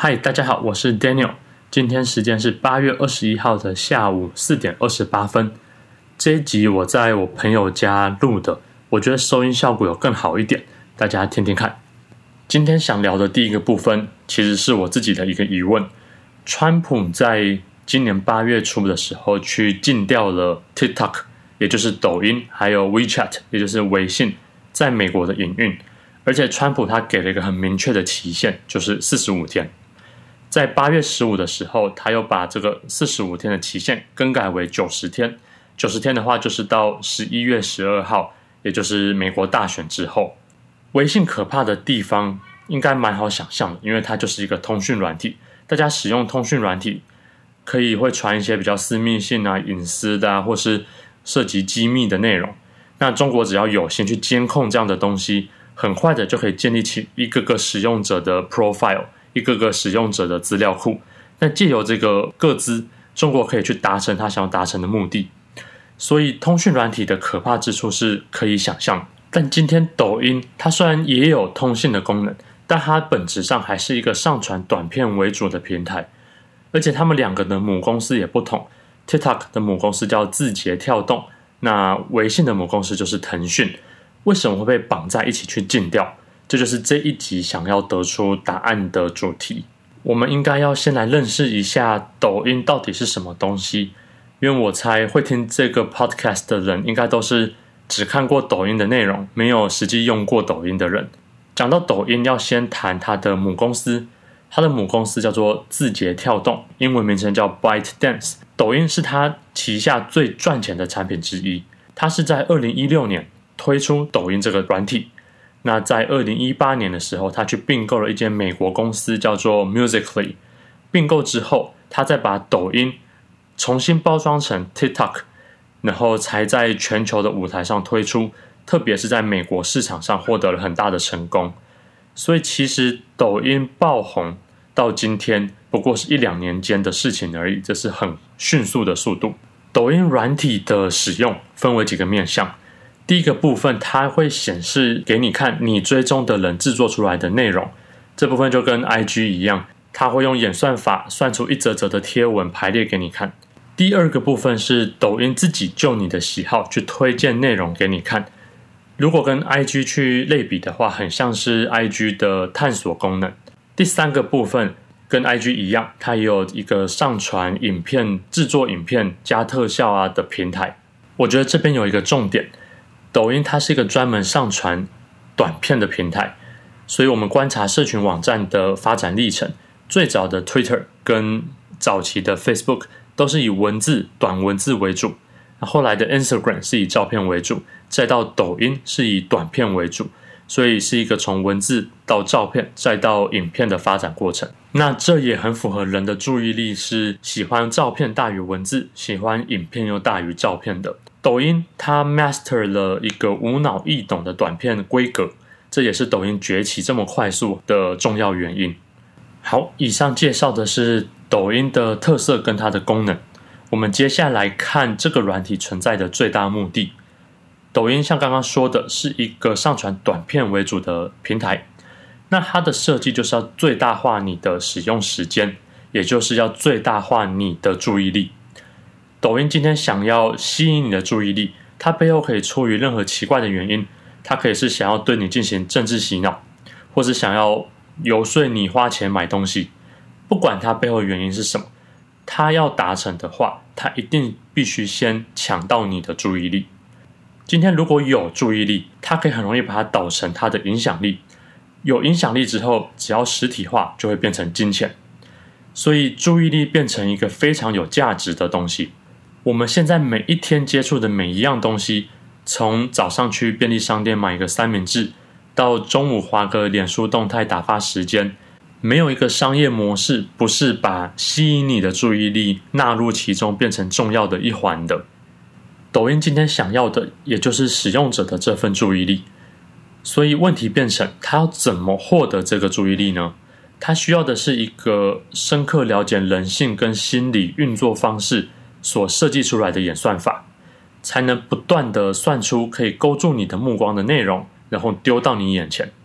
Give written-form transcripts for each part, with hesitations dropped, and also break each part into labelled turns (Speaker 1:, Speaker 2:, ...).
Speaker 1: 嗨，大家好，我是 Daniel。今天时间是8月21号的下午4点28分。这一集我在我朋友家录的，我觉得收音效果有更好一点，大家听听看。今天想聊的第一个部分，其实是我自己的一个疑问。川普在今年8月初的时候去禁掉了 TikTok， 也就是抖音，还有 WeChat， 也就是微信，在美国的营运。而且川普他给了一个很明确的期限，就是45天。在8月15的时候，他又把这个45天的期限更改为90天。90天的话，就是到11月12号，也就是美国大选之后。微信可怕的地方应该蛮好想象的，因为它就是一个通讯软体。大家使用通讯软体，会传一些比较私密性啊、隐私的或是涉及机密的内容。那中国只要有心去监控这样的东西，很快的就可以建立起一个个使用者的 profile， 一个个使用者的资料库。那藉由这个个资，中国可以去达成他想要达成的目的。所以通讯软体的可怕之处是可以想象。但今天抖音它虽然也有通信的功能，但它本质上还是一个上传短片为主的平台。而且他们两个的母公司也不同， TikTok 的母公司叫字节跳动，那微信的母公司就是腾讯。为什么会被绑在一起去禁掉？这就是这一集想要得出答案的主题。我们应该要先来认识一下抖音到底是什么东西，因为我猜会听这个 podcast 的人应该都是只看过抖音的内容，没有实际用过抖音的人。讲到抖音，要先谈它的母公司，它的母公司叫做字节跳动，英文名称叫 ByteDance。抖音是它旗下最赚钱的产品之一，它是在2016年推出抖音这个软体。那在2018年的时候，他去并购了一间美国公司叫做 Musical.ly。 并购之后，他再把抖音重新包装成 TikTok， 然后才在全球的舞台上推出，特别是在美国市场上获得了很大的成功。所以其实抖音爆红到今天不过是1-2年间的事情而已，这是很迅速的速度。抖音软体的使用分为几个面向。第一个部分，它会显示给你看你追踪的人制作出来的内容，这部分就跟 IG 一样，它会用演算法算出一则则的贴文排列给你看。第二个部分是抖音自己就你的喜好去推荐内容给你看。如果跟 IG 去类比的话，很像是 IG 的探索功能。第三个部分跟 IG 一样，它也有一个上传影片、制作影片加特效的平台。我觉得这边有一个重点，抖音它是一个专门上传短片的平台，所以我们观察社群网站的发展历程，最早的 Twitter 跟早期的 Facebook 都是以短文字为主，后来的 Instagram 是以照片为主，再到抖音是以短片为主，所以是一个从文字到照片再到影片的发展过程。那这也很符合人的注意力是喜欢照片大于文字，喜欢影片又大于照片的。抖音它 master 了一个无脑易懂的短片规格，这也是抖音崛起这么快速的重要原因。好，以上介绍的是抖音的特色跟它的功能。我们接下来看这个软体存在的最大目的。抖音像刚刚说的是一个上传短片为主的平台，那它的设计就是要最大化你的使用时间，也就是要最大化你的注意力。抖音今天想要吸引你的注意力，它背后可以出于任何奇怪的原因，它可以是想要对你进行政治洗脑，或是想要游说你花钱买东西。不管它背后的原因是什么，它要达成的话，它一定必须先抢到你的注意力。今天如果有注意力，它可以很容易把它导成它的影响力。有影响力之后，只要实体化就会变成金钱。所以注意力变成一个非常有价值的东西。我们现在每一天接触的每一样东西，从早上去便利商店买一个三明治，到中午滑个脸书动态打发时间，没有一个商业模式不是把吸引你的注意力纳入其中，变成重要的一环的。抖音今天想要的也就是使用者的这份注意力。所以问题变成他要怎么获得这个注意力呢？他需要的是一个深刻了解人性跟心理运作方式所设计出来的演算法，才能不断的算出可以勾住你的目光的内容，然后丢到你眼前。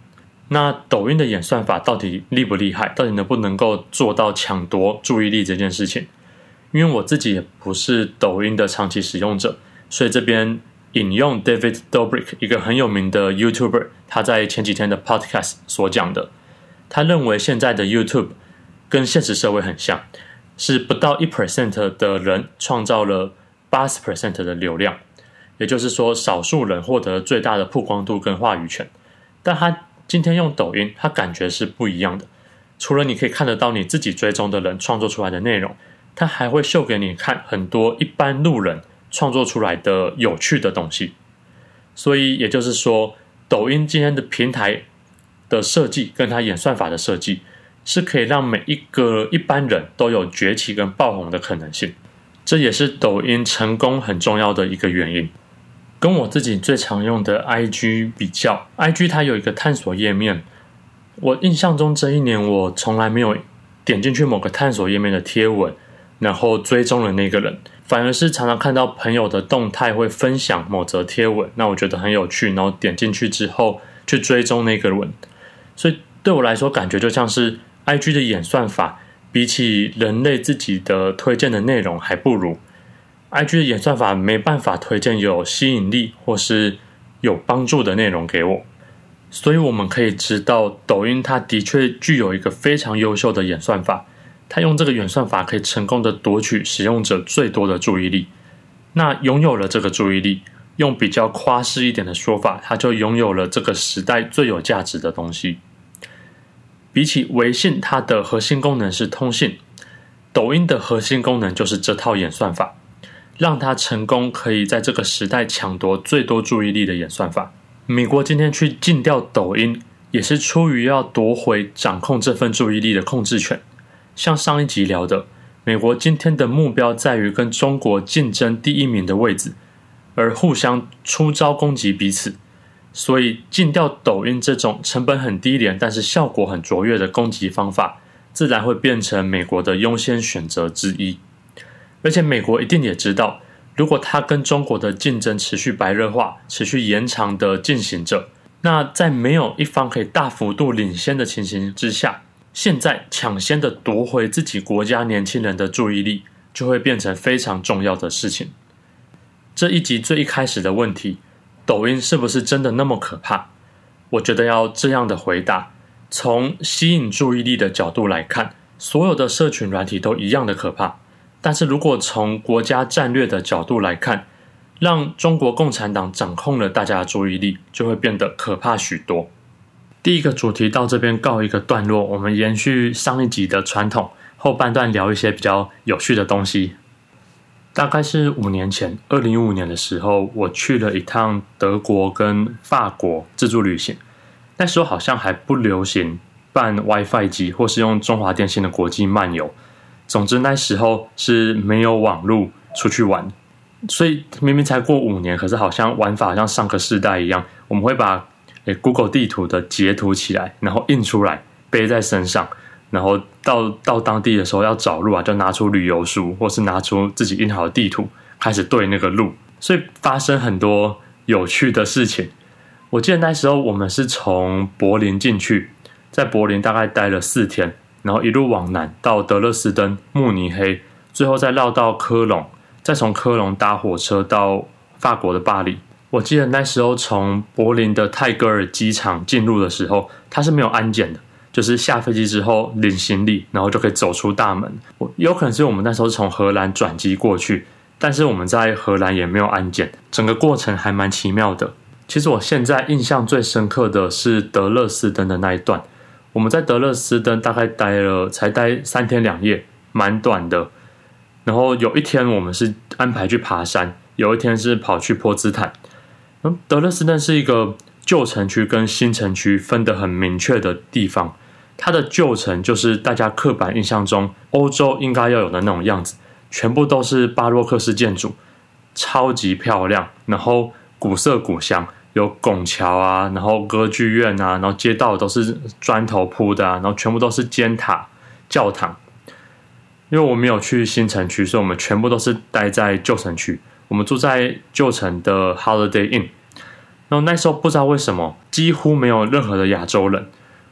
Speaker 1: 那抖音的演算法到底厉不厉害？到底能不能够做到抢夺注意力这件事情？因为我自己也不是抖音的长期使用者，所以这边引用 David Dobrik 一个很有名的 YouTuber 他在前几天的 Podcast 所讲的，他认为现在的 YouTube 跟现实社会很像，是不到 1% 的人创造了 80% 的流量，也就是说少数人获得最大的曝光度跟话语权。但他今天用抖音，他感觉是不一样的，除了你可以看得到你自己追踪的人创作出来的内容，他还会秀给你看很多一般路人创作出来的有趣的东西。所以也就是说，抖音今天的平台的设计跟它演算法的设计是可以让每一个一般人都有崛起跟爆红的可能性，这也是抖音成功很重要的一个原因。跟我自己最常用的 IG 比较， IG 它有一个探索页面，我印象中这一年我从来没有点进去某个探索页面的贴文然后追踪了那个人，反而是常常看到朋友的动态会分享某则贴文，那我觉得很有趣，然后点进去之后去追踪那个人。所以对我来说感觉就像是 IG 的演算法比起人类自己的推荐的内容还不如， IG 的演算法没办法推荐有吸引力或是有帮助的内容给我。所以我们可以知道抖音它的确具有一个非常优秀的演算法，它用这个演算法可以成功的夺取使用者最多的注意力。那拥有了这个注意力，用比较夸饰一点的说法，它就拥有了这个时代最有价值的东西。比起微信，它的核心功能是通信，抖音的核心功能就是这套演算法，让它成功可以在这个时代抢夺最多注意力的演算法。美国今天去禁掉抖音，也是出于要夺回掌控这份注意力的控制权。像上一集聊的，美国今天的目标在于跟中国竞争第一名的位置，而互相出招攻击彼此。所以禁掉抖音这种成本很低廉但是效果很卓越的攻击方法，自然会变成美国的优先选择之一。而且美国一定也知道，如果它跟中国的竞争持续白热化，持续延长的进行着，那在没有一方可以大幅度领先的情形之下，现在抢先的夺回自己国家年轻人的注意力，就会变成非常重要的事情。这一集最一开始的问题，抖音是不是真的那么可怕？我觉得要这样的回答，从吸引注意力的角度来看，所有的社群软体都一样的可怕。但是如果从国家战略的角度来看，让中国共产党掌控了大家的注意力，就会变得可怕许多。第一个主题到这边告一个段落，我们延续上一集的传统，后半段聊一些比较有趣的东西。大概是5年前，2015年的时候，我去了一趟德国跟法国自助旅行。那时候好像还不流行办 WiFi 机，或是用中华电信的国际漫游。总之那时候是没有网路出去玩，所以明明才过5年，可是好像玩法好像上个世代一样。我们会把Google 地图的截图起来，然后印出来背在身上，然后到当地的时候要找路啊，就拿出旅游书或是拿出自己印好的地图，开始对那个路。所以发生很多有趣的事情。我记得那时候我们是从柏林进去，在柏林大概待了4天，然后一路往南到德勒斯登、慕尼黑，最后再绕到科隆，再从科隆搭火车到法国的巴黎。我记得那时候从柏林的泰戈尔机场进入的时候，它是没有安检的，就是下飞机之后领行李，然后就可以走出大门。有可能是我们那时候是从荷兰转机过去，但是我们在荷兰也没有安检，整个过程还蛮奇妙的。其实我现在印象最深刻的是德勒斯登的那一段。我们在德勒斯登大概才待3天2夜，蛮短的。然后有一天我们是安排去爬山，有一天是跑去波茨坦。德勒斯登是一个旧城区跟新城区分得很明确的地方。它的旧城就是大家刻板印象中欧洲应该要有的那种样子，全部都是巴洛克式建筑，超级漂亮，然后古色古香，有拱桥啊，然后歌剧院啊，然后街道都是砖头铺的啊，然后全部都是尖塔、教堂。因为我没有去新城区，所以我们全部都是待在旧城区。我们住在旧城的 Holiday Inn， 然后那时候不知道为什么几乎没有任何的亚洲人，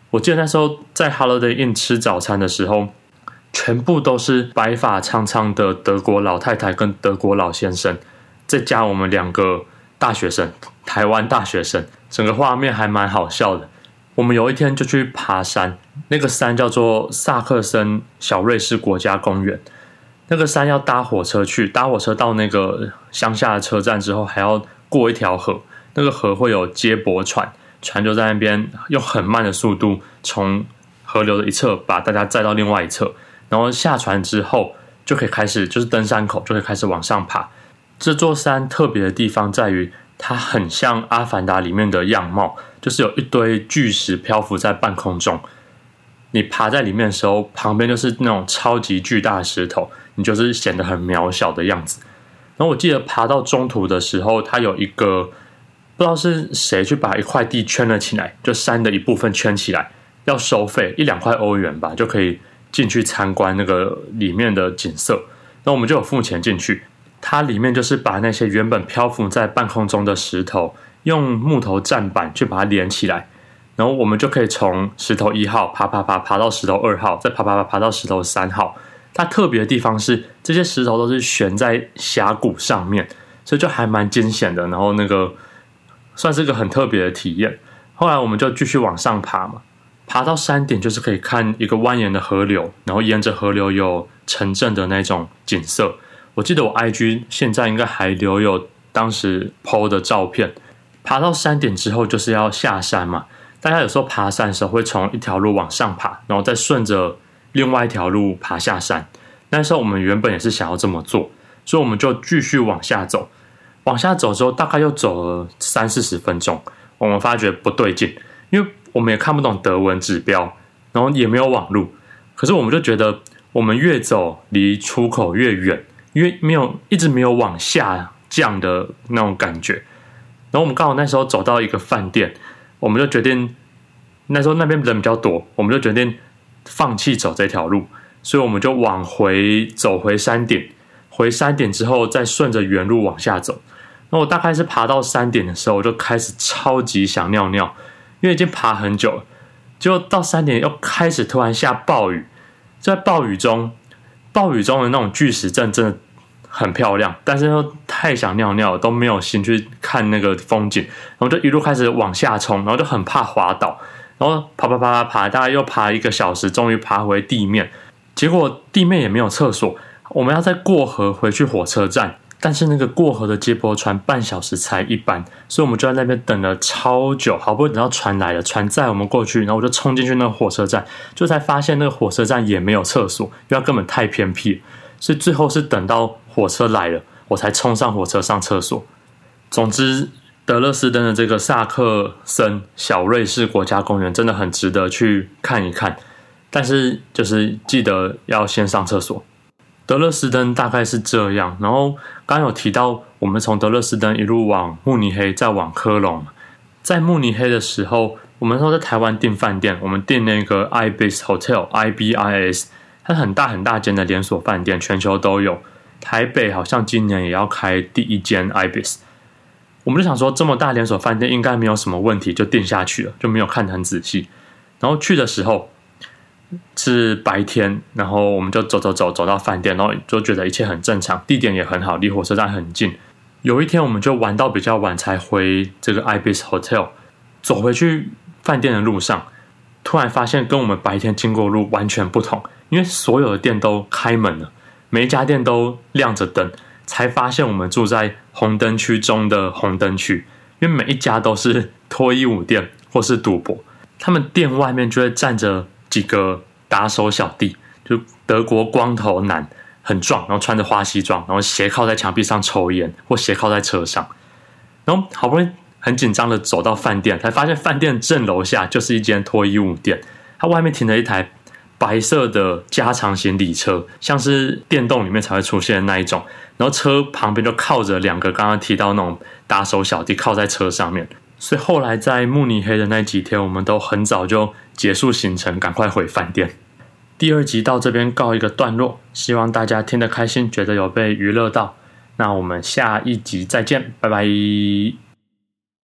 Speaker 1: 我记得那时候在 Holiday Inn 吃早餐的时候，全部都是白发苍苍的德国老太太跟德国老先生，再加我们2个大学生，台湾大学生，整个画面还蛮好笑的。我们有一天就去爬山，那个山叫做萨克森小瑞士国家公园。那个山要搭火车去，搭火车到那个乡下的车站之后，还要过一条河，那个河会有接驳船，船就在那边用很慢的速度从河流的一侧把大家载到另外一侧，然后下船之后就可以开始，就是登山口就可以开始往上爬。这座山特别的地方在于，它很像《阿凡达》里面的样貌，就是有一堆巨石漂浮在半空中。你爬在里面的时候，旁边就是那种超级巨大的石头，你就是显得很渺小的样子。然后我记得爬到中途的时候，它有一个不知道是谁去把一块地圈了起来，就山的一部分圈起来，要收费1-2块欧元吧，就可以进去参观那个里面的景色。然后我们就有付钱进去，它里面就是把那些原本漂浮在半空中的石头，用木头站板去把它连起来。然后我们就可以从石头1号爬到石头2号，再爬到石头3号。它特别的地方是，这些石头都是悬在峡谷上面，所以就还蛮惊险的。然后那个算是个很特别的体验。后来我们就继续往上爬嘛，爬到山顶就是可以看一个蜿蜒的河流，然后沿着河流有城镇的那种景色。我记得我 IG 现在应该还留有当时 PO 的照片。爬到山顶之后就是要下山嘛。大家有时候爬山的时候会从一条路往上爬，然后再顺着另外一条路爬下山。那时候我们原本也是想要这么做，所以我们就继续往下走。往下走之后，大概又走了30-40分钟，我们发觉不对劲，因为我们也看不懂德文指标，然后也没有网路。可是我们就觉得我们越走离出口越远，因为一直没有往下降的那种感觉。然后我们刚好那时候走到一个饭店，我们就决定，那时候那边人比较多，我们就决定放弃走这条路，所以我们就走回山顶。回山顶之后，再顺着原路往下走。那我大概是爬到山顶的时候，我就开始超级想尿尿，因为已经爬很久了。结果到山顶又开始突然下暴雨，在暴雨中的那种巨石阵真的很漂亮，但是又太想尿尿了，都没有心去看那个风景，然后就一路开始往下冲，然后就很怕滑倒，然后爬，大概又爬1个小时，终于爬回地面。结果地面也没有厕所，我们要再过河回去火车站，但是那个过河的接驳船半小时才一班，所以我们就在那边等了超久，好不容易等到船来了，船载我们过去，然后我就冲进去那个火车站，就才发现那个火车站也没有厕所，因为它根本太偏僻了，所以最后是等到火车来了，我才冲上火车上厕所。总之，德勒斯登的这个萨克森小瑞士国家公园真的很值得去看一看，但是就是记得要先上厕所。德勒斯登大概是这样，然后刚刚有提到我们从德勒斯登一路往慕尼黑，再往科隆。在慕尼黑的时候，我们那时候在台湾订饭店，我们订那个 Ibis Hotel IBIS， 它很大间的连锁饭店，全球都有。台北好像今年也要开第1间 Ibis， 我们就想说这么大连锁饭店应该没有什么问题，就订下去了，就没有看得很仔细。然后去的时候是白天，然后我们就走到饭店，然后就觉得一切很正常，地点也很好，离火车站很近。有一天我们就玩到比较晚才回这个 Ibis Hotel， 走回去饭店的路上，突然发现跟我们白天经过的路完全不同，因为所有的店都开门了，每一家店都亮着灯，才发现我们住在红灯区中的红灯区，因为每一家都是脱衣舞店或是赌博，他们店外面就会站着几个打手小弟，就德国光头男，很壮，然后穿着花西装，然后斜靠在墙壁上抽烟，或斜靠在车上。然后好不容易很紧张的走到饭店，才发现饭店正楼下就是一间脱衣舞店，它外面停了一台白色的加长型礼车，像是电动里面才会出现的那一种，然后车旁边就靠着2个刚刚提到那种打手小弟靠在车上面。所以后来在慕尼黑的那几天，我们都很早就结束行程，赶快回饭店。第2集到这边告一个段落，希望大家听得开心，觉得有被娱乐到。那我们下一集再见，拜拜。